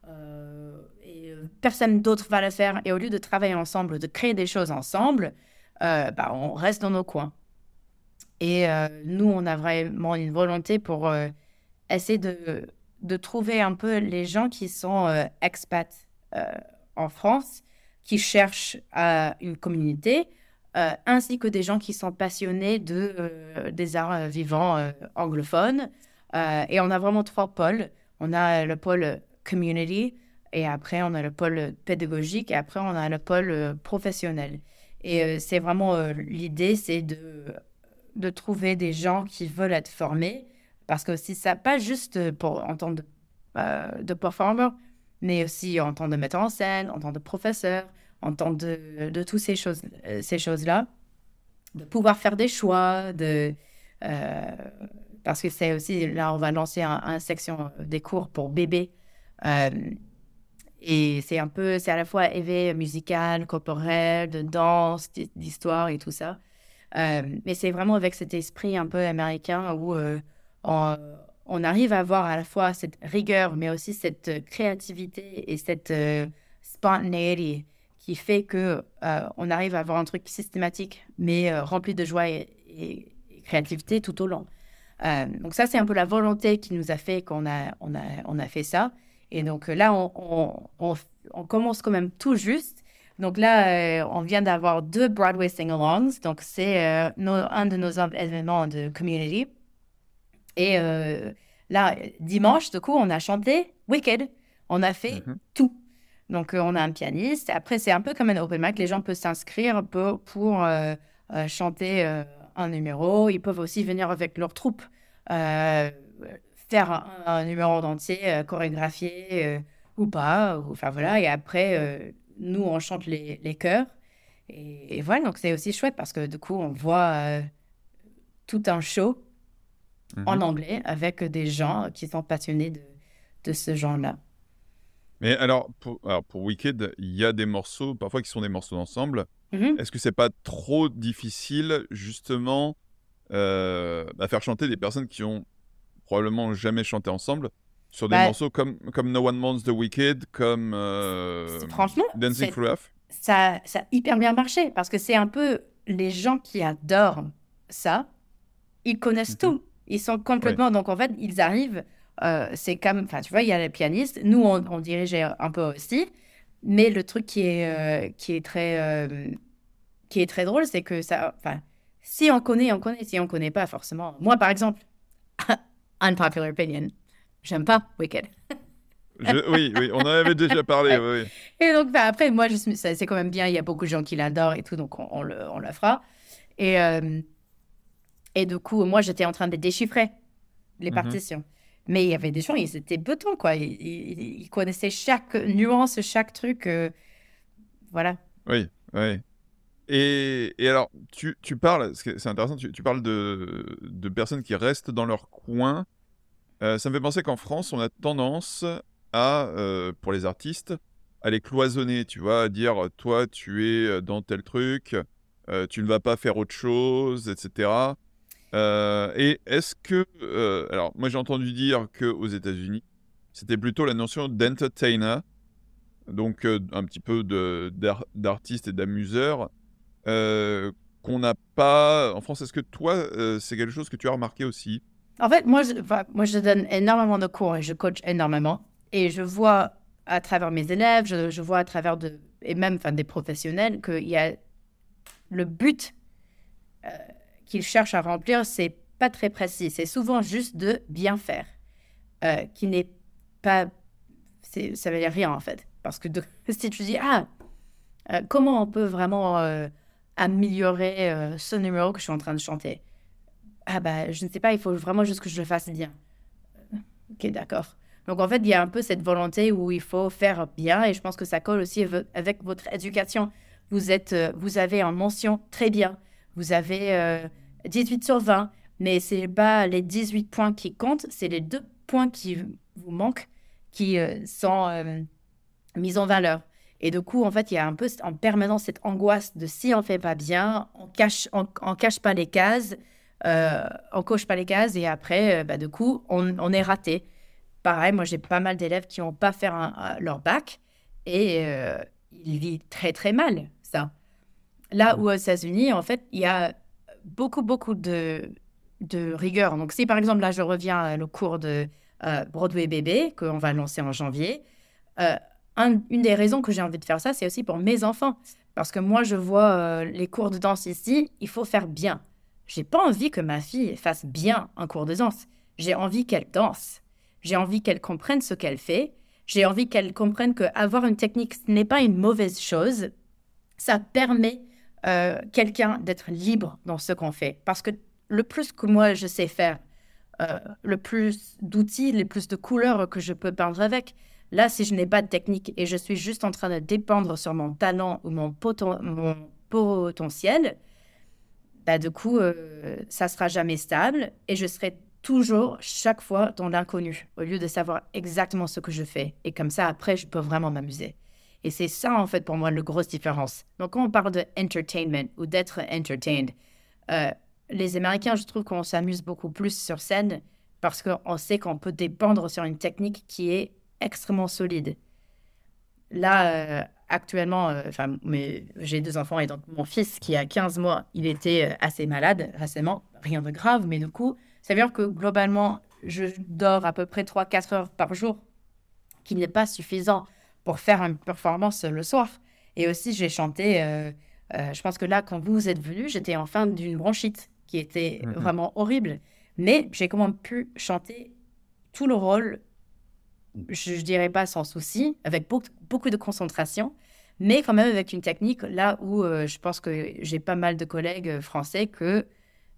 et personne d'autre va le faire. Et au lieu de travailler ensemble, de créer des choses ensemble, bah, on reste dans nos coins. Et nous, on a vraiment une volonté pour essayer de trouver un peu les gens qui sont expats euh, en France, qui cherchent une communauté, ainsi que des gens qui sont passionnés des arts vivants anglophones. Et on a vraiment trois pôles. On a le pôle community, et après on a le pôle pédagogique, et après on a le pôle professionnel. Et c'est vraiment l'idée, c'est de trouver des gens qui veulent être formés, parce que si ça, pas juste en tant de performer, mais aussi en tant de metteur en scène, en tant de professeur, en tant de toutes ces choses-là, de pouvoir faire des choix, euh, parce que c'est aussi, là, on va lancer un section des cours pour bébés. euh, et c'est à la fois éveil musical, corporel, de danse, d'histoire et tout ça. Mais c'est vraiment avec cet esprit un peu américain où on, on arrive à avoir à la fois cette rigueur, mais aussi cette créativité et cette spontaneity qui fait que on arrive à avoir un truc systématique, mais rempli de joie et créativité tout au long. Donc ça, c'est un peu la volonté qui nous a fait on a fait ça. Et donc là, on commence quand même tout juste. Donc là, on vient d'avoir 2 Broadway sing-alongs. Donc c'est un de nos événements de community. Et là, dimanche, du coup, on a chanté Wicked. On a fait Mhm. tout. Donc, on a un pianiste. Après, c'est un peu comme un open mic. Les gens peuvent s'inscrire pour chanter un numéro. Ils peuvent aussi venir avec leur troupe, euh, faire un numéro en entier, chorégraphié ou pas. Enfin, voilà. Et après, nous, on chante les chœurs. Et voilà, donc c'est aussi chouette parce que du coup, on voit tout un show en Mhm. anglais avec des gens qui sont passionnés de ce genre-là. Mais alors pour Wicked, il y a des morceaux, parfois qui sont des morceaux d'ensemble. Mhm. Est-ce que c'est pas trop difficile, justement, à faire chanter des personnes qui ont probablement jamais chanté ensemble sur des Bah, morceaux comme No One Wants the Wicked, comme franchement, Dancing Through Life? ça a hyper bien marché parce que c'est un peu les gens qui adorent ça, ils connaissent Mhm. tout. Ils sont Oui, complètement. Donc, en fait, ils arrivent. C'est comme. Enfin, tu vois, il y a les pianistes. Nous, on dirigeait un peu aussi. Mais le truc qui est très drôle, c'est que ça. Enfin, si on connaît, on connaît. Si on connaît pas, forcément. Moi, par exemple, unpopular opinion, j'aime pas Wicked. oui, oui, on en avait déjà parlé, Ouais. oui, oui. Et donc, bah, après, moi, c'est quand même bien. Il y a beaucoup de gens qui l'adorent et tout. Donc, on le fera. Et, euh, et du coup, moi, j'étais en train de déchiffrer les Mhm. partitions. Mais il y avait des gens, ils étaient betons, quoi. Ils connaissaient chaque nuance, chaque truc. Voilà. Oui, oui. Et alors, tu parles, c'est intéressant, tu parles de personnes qui restent dans leur coin. Ça me fait penser qu'en France, on a tendance pour les artistes, à les cloisonner, tu vois, à dire, toi, tu es dans tel truc, tu ne vas pas faire autre chose, etc. Et est-ce que, alors, moi j'ai entendu dire qu'aux États-Unis, c'était plutôt la notion d'entertainer, donc un petit peu d'artiste et d'amuseur, euh, qu'on n'a pas en France. Est-ce que toi, c'est quelque chose que tu as remarqué aussi? En fait, moi, je donne énormément de cours et je coach énormément. Et je vois à travers mes élèves, je vois à travers et même enfin, des professionnels qu'il y a le but qu'ils cherchent à remplir, c'est pas très précis. C'est souvent juste de bien faire, qui n'est pas. Ça veut dire rien en fait. Parce que si tu dis, comment on peut vraiment améliorer ce numéro que je suis en train de chanter? Ah bah, je ne sais pas, il faut vraiment juste que je le fasse bien. Ok, d'accord. Donc en fait, il y a un peu cette volonté où il faut faire bien et je pense que ça colle aussi avec votre éducation. Vous avez en mention très bien. Vous avez 18 sur 20, mais c'est pas les 18 points qui comptent, c'est les 2 points qui vous manquent qui sont mis en valeur. Et du coup, en fait, il y a un peu en permanence cette angoisse de si on fait pas bien, on cache pas les cases, on coche pas les cases et après, bah, du coup, on est raté. Pareil, moi, j'ai pas mal d'élèves qui n'ont pas fait leur bac et ils vivent très, très mal, ça. Là Mm. où aux États-Unis, en fait, il y a beaucoup, beaucoup de rigueur. Donc, si par exemple, là, je reviens à le cours de Broadway Bébé, qu'on va lancer en janvier, euh, une des raisons que j'ai envie de faire ça, c'est aussi pour mes enfants. Parce que moi, je vois les cours de danse ici, il faut faire bien. J'ai pas envie que ma fille fasse bien un cours de danse. J'ai envie qu'elle danse. J'ai envie qu'elle comprenne ce qu'elle fait. J'ai envie qu'elle comprenne qu'avoir une technique, ce n'est pas une mauvaise chose. Ça permet quelqu'un d'être libre dans ce qu'on fait. Parce que le plus que moi je sais faire, le plus d'outils, les plus de couleurs que je peux peindre avec. Là, si je n'ai pas de technique et je suis juste en train de dépendre sur mon talent ou mon potentiel, bah, du coup, ça sera jamais stable et je serai toujours, chaque fois, dans l'inconnu, au lieu de savoir exactement ce que je fais. Et comme ça, après, je peux vraiment m'amuser. Et c'est ça, en fait, pour moi, la grosse différence. Donc, quand on parle de entertainment ou d'être entertained, euh, les Américains, je trouve qu'on s'amuse beaucoup plus sur scène parce qu'on sait qu'on peut dépendre sur une technique qui est extrêmement solide. Là, actuellement, enfin, j'ai 2 enfants et donc mon fils qui a 15 mois, il était assez malade récemment, rien de grave, mais du coup, ça veut dire que globalement, je dors à peu près 3 4 heures par jour, qui n'est pas suffisant pour faire une performance le soir. Et aussi, j'ai chanté, je pense que là, quand vous êtes venu, j'étais en fin d'une bronchite qui était Mhm. vraiment horrible, mais j'ai quand même pu chanter tout le rôle je dirais pas sans souci, avec beaucoup de concentration, mais quand même avec une technique là où je pense que j'ai pas mal de collègues français que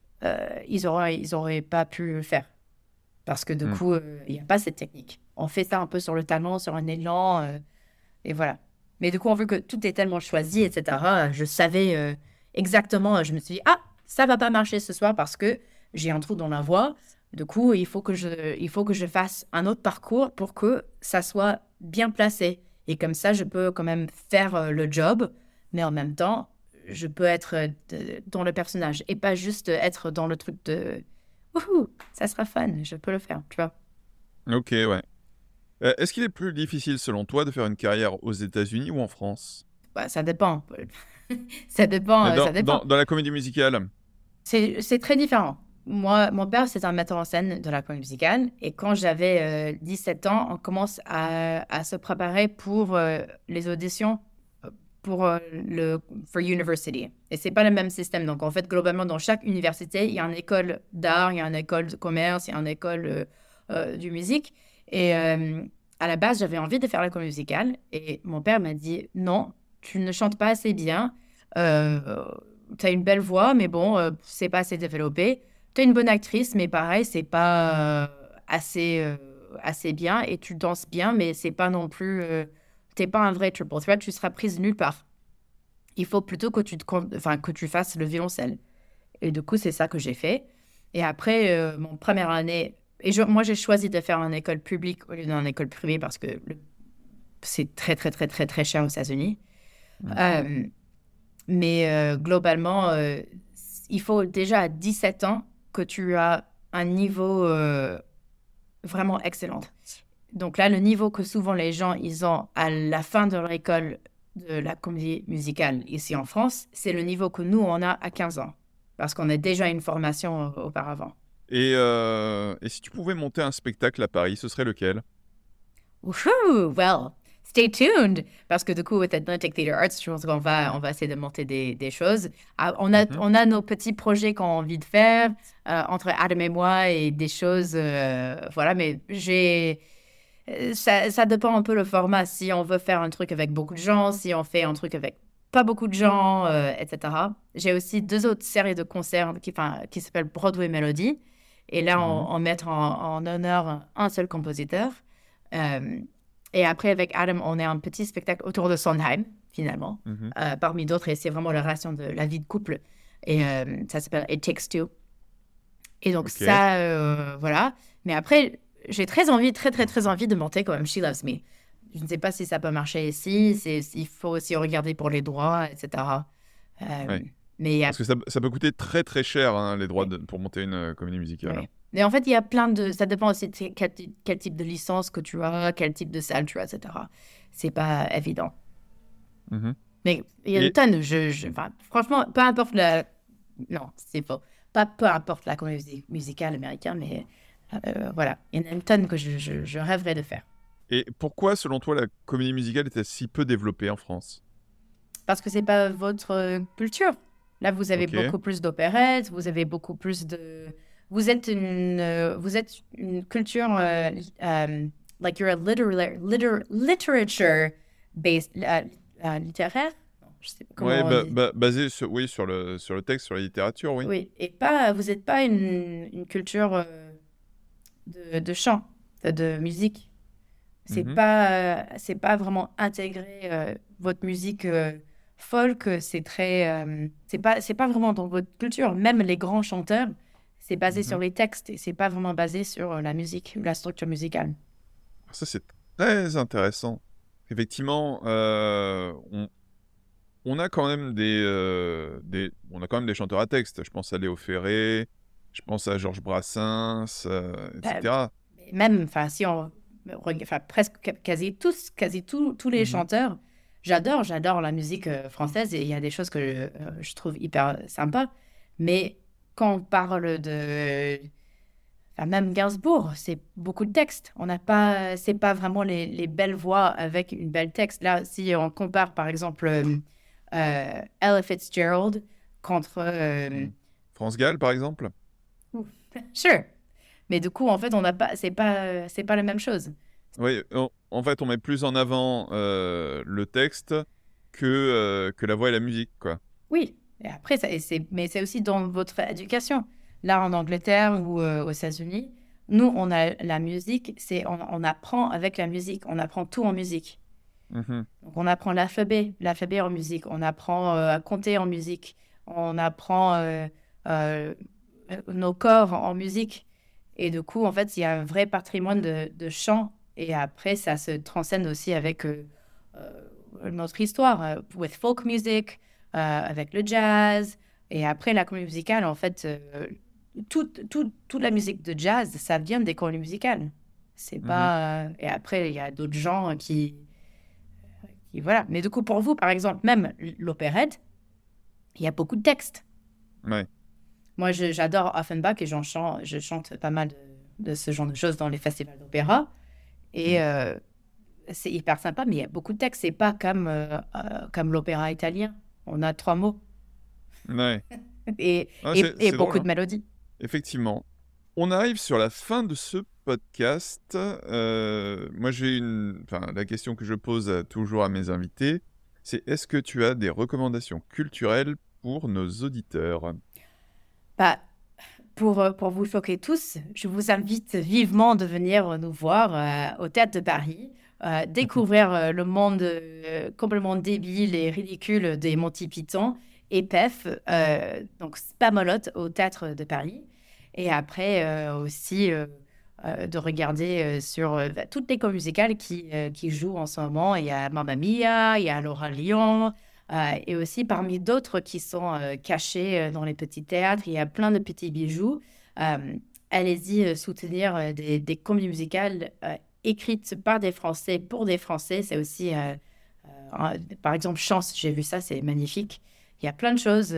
ils auraient pas pu le faire. Parce que du Hmm. coup, il n'y a pas cette technique. On fait ça un peu sur le talent, sur un élan, et voilà. Mais du coup, vu que tout est tellement choisi, etc., je savais exactement, je me suis dit, ah, ça va pas marcher ce soir parce que j'ai un trou dans la voix. Du coup, il faut que je fasse un autre parcours pour que ça soit bien placé. Et comme ça, je peux quand même faire le job, mais en même temps, je peux être dans le personnage et pas juste être dans le truc de Wouhou, ça sera fun, je peux le faire, tu vois. Ok, ouais. Est-ce qu'il est plus difficile, selon toi, de faire une carrière aux États-Unis ou en France? Bah, ça dépend. Ça dépend, Mais ça dépend. dans la comédie musicale. C'est très différent. Moi, mon père, c'est un metteur en scène de la comédie musicale. Et quand j'avais 17 ans, on commence à se préparer pour les auditions pour for university. Et c'est pas le même système. Donc, en fait, globalement, dans chaque université, il y a une école d'art, il y a une école de commerce, il y a une école de musique. Et à la base, j'avais envie de faire la comédie musicale. Et mon père m'a dit, non, tu ne chantes pas assez bien. Tu as une belle voix, mais bon, c'est pas assez développé. Tu es une bonne actrice, mais pareil, c'est pas assez bien. Et tu danses bien, mais c'est pas non plus... t'es pas un vrai triple threat, tu seras prise nulle part. Il faut plutôt que que tu fasses le violoncelle. Et du coup, c'est ça que j'ai fait. Et après, mon première année... moi, j'ai choisi de faire une école publique au lieu d'une école privée parce que c'est très, très, très, très, très cher aux États-Unis. Hmm. Euh, mais globalement, il faut déjà à 17 ans que tu as un niveau vraiment excellent. Donc là, le niveau que souvent les gens ils ont à la fin de leur école de la comédie musicale ici en France, c'est le niveau que nous, on a à 15 ans. Parce qu'on a déjà une formation auparavant. Et si tu pouvais monter un spectacle à Paris, ce serait lequel? Woohoo! Well, stay tuned! Parce que du coup, avec Atlantic Theatre Arts, je pense on va essayer de monter des choses. Ah, Mhm. on a nos petits projets qu'on a envie de faire entre Adam et moi et des choses. Voilà, mais ça dépend un peu le format. Si on veut faire un truc avec beaucoup de gens, si on fait un truc avec pas beaucoup de gens, etc. J'ai aussi deux autres séries de concerts qui s'appellent Broadway Melody. Et là, Mhm. on met en honneur un seul compositeur. Euh, et après, avec Adam, on a un petit spectacle autour de Sondheim, finalement, Mhm. parmi d'autres. Et c'est vraiment la relation de la vie de couple. Et ça s'appelle It Takes Two. Et donc Ok. ça, voilà. Mais après, j'ai très envie, très, très, très envie de monter quand même She Loves Me. Je ne sais pas si ça peut marcher ici. Il faut aussi regarder pour les droits, etc. Euh, Ouais. mais il y a... Parce que ça peut coûter très très cher, hein, les droits ouais, pour monter une comédie musicale. ouais. Mais en fait, il y a plein de... Ça dépend aussi de quel type de licence que tu as, quel type de salle tu as, etc. C'est pas évident. Mhm. Mais il y a une Et tonne. Enfin, franchement, peu importe la... Non, c'est faux. Pas peu importe la comédie musicale américaine, mais voilà. Il y en a une tonne que je rêverais de faire. Et pourquoi, selon toi, la comédie musicale était si peu développée en France? Parce que c'est pas votre culture. Là, vous avez Ok. beaucoup plus d'opérettes, vous avez beaucoup plus de... vous êtes une culture, like you're a literature-based, littéraire? Non, je sais pas Ouais, comment on dit. basé sur, oui, sur le texte, sur la littérature, oui. Oui, et pas, vous n'êtes pas une culture de chant, de musique. Mhm. C'est pas vraiment intégré votre musique folk, c'est pas vraiment dans votre culture. Même les grands chanteurs, c'est basé sur Mhm. les textes et c'est pas vraiment basé sur la musique, la structure musicale. Ça, c'est très intéressant. Effectivement, on a quand même on a quand même des chanteurs à texte. Je pense à Léo Ferré, je pense à Georges Brassens, Bah, etc. même, enfin, si on, enfin, presque tous les Mhm. chanteurs, j'adore la musique française et il y a des choses que je trouve hyper sympas. Mais quand on parle de, enfin, même Gainsbourg, c'est beaucoup de textes. On n'a pas, c'est pas vraiment les belles voix avec une belle texte. Là, si on compare par exemple Ella Fitzgerald contre, Mhm. France Gall, par exemple. sure. Mais du coup, en fait, on n'a pas, c'est pas la même chose. Oui, en fait, on met plus en avant le texte que la voix et la musique, quoi. Oui, et après, mais c'est aussi dans votre éducation. Là, en Angleterre ou aux États-Unis, nous, on a la musique, on apprend avec la musique, on apprend tout en musique. Mhm. Donc, on apprend l'alphabet en musique, on apprend à compter en musique, on apprend euh, nos corps en musique. Et du coup, en fait, il y a un vrai patrimoine de chant. Et après, ça se transcende aussi avec notre histoire, with folk music, avec le jazz. Et après, la comédie musicale, en fait, toute la musique de jazz, ça vient des comédies musicales. C'est Mhm. pas. Et après, il y a d'autres gens voilà. Mais du coup, pour vous, par exemple, même l'opérette, il y a beaucoup de textes. Ouais. Moi, j'adore Offenbach et je chante pas mal de ce genre de choses dans les festivals d'opéra. Et Mm. c'est hyper sympa, mais il y a beaucoup de textes. C'est pas comme l'opéra italien. On a 3 mots Ouais. et, Ah, et c'est drôle, beaucoup de hein. mélodies. Effectivement. On arrive sur la fin de ce podcast. Moi, enfin, la question que je pose toujours à mes invités, c'est est-ce que tu as des recommandations culturelles pour nos auditeurs? Bah, pour vous choquer tous, je vous invite vivement de venir nous voir au Théâtre de Paris, découvrir le monde complètement débile et ridicule des Monty Python et PEF, donc Spamalot au Théâtre de Paris. Et après aussi de regarder sur toutes les comédies musicales qui jouent en ce moment. Il y a Mamma Mia, il y a Laura Lyon, et aussi parmi d'autres qui sont cachés dans les petits théâtres, il y a plein de petits bijoux. Euh, Allez-y soutenir des comédies musicales écrites par des Français pour des Français. C'est aussi, par exemple, Chance, j'ai vu ça, c'est magnifique. Il y a plein de choses.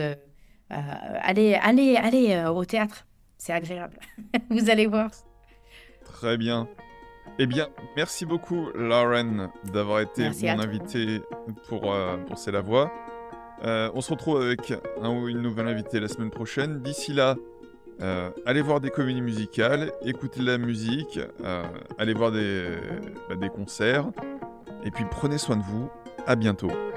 Allez au théâtre, c'est agréable. Vous allez voir. Très bien. Eh bien, merci beaucoup, Lauren, d'avoir été Merci mon à toi. invité pour C'est la Voix. On se retrouve avec un ou une nouvelle invitée la semaine prochaine. D'ici là, allez voir des comédies musicales, écoutez de la musique, allez voir des concerts. Et puis prenez soin de vous. À bientôt.